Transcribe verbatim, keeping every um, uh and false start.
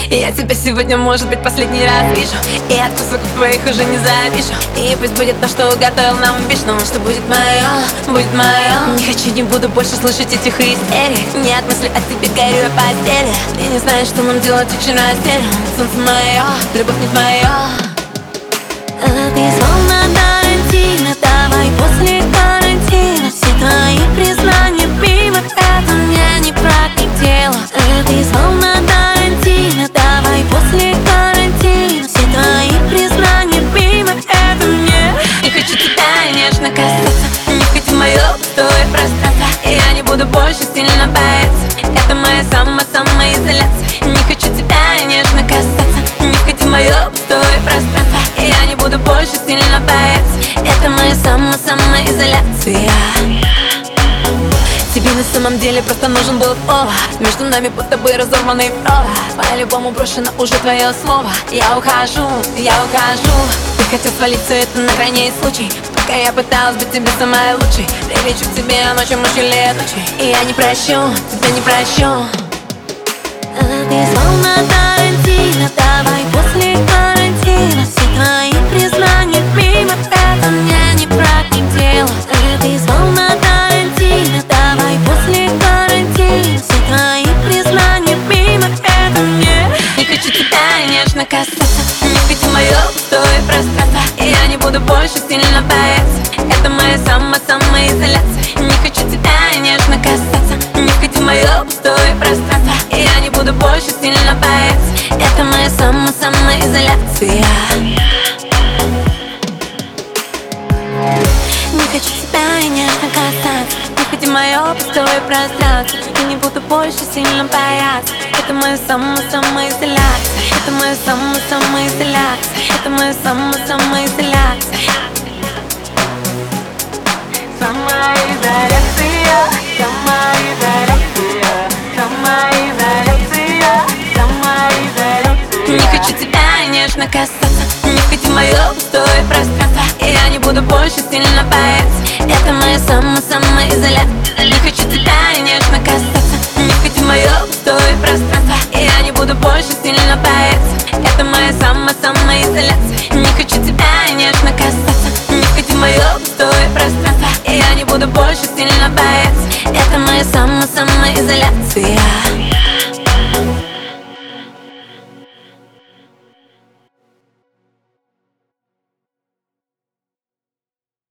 Я тебя сегодня, может быть, последний раз вижу, и от кусоков твоих уже не завишу. И пусть будет то, что уготовил нам Вишну, что будет мое, будет мое. Не хочу, не буду больше слышать этих истерий. Нет мысли о тебе, горю я в постели. Ты не знаешь, что нам делать, очень растерян. Солнце мое, любовь не твоя. Ты словно Тарантино, давай после карантина. Все твои признания мимо, это мне не прокатило. Ты словно Тарантино, давай после карантина. Все твои признания мимо, это мне. Не хочу тебя нежно касаться, не входи в мое пустое пространство. Я не буду больше сильно бояться, это моя самая-самоизоляция. Не хочу тебя нежно касаться, не входи в мое пустое пространство. Я не буду больше сильно бояться, это моя самая-самоизоляция. Тебе на самом деле просто нужен был повод. Между нами будто бы разорванный провод. По-любому брошено уже твое слово. Я ухожу, я ухожу. Ты хотел свалить все это на крайний случай, пока я пыталась быть тебе самой лучшей. Прилечу к тебе ночью, мужчиной летучей, и я не прощу, тебя не прощу. Ты словно Тарантино, давай после карантина. Все твои признания мимо, это мне не прокатило. Ты словно Тарантино, давай после карантина. Все твои признания мимо, это мне. Не хочу тебя нежно касаться, не входи в мое пустое пространство. Я не буду больше сильно бояться, это моя самая-самоизоляция. Не хочу тебя нежно касаться, не входи в мое пустое пространство. Я не буду больше сильно бояться, это моя самая-самоизоляция. Не хочу тебя нежно касаться, не входи в мое пустое пространство. Я не буду больше сильно бояться, это моя самая-самоизоляция. Это моя самая-самоизоляция. Это моя самая-самоизоляция. Самоизоляция, самоизоляция, самоизоляция, самоизоляция. Не хочу тебя нежно касаться, не входи в мое пустое пространство. Я не буду больше сильно бояться, это моя самая-самоизоляция. Не хочу тебя нежно касаться, не входи в мое пустое пространство. Я не буду больше сильно бояться, это моя самая-самоизоляция. Не хочу тебя нежно касаться, не входи в мое пустое пространство. Я не буду больше сильно бояться, это моя самая-самоизоляция.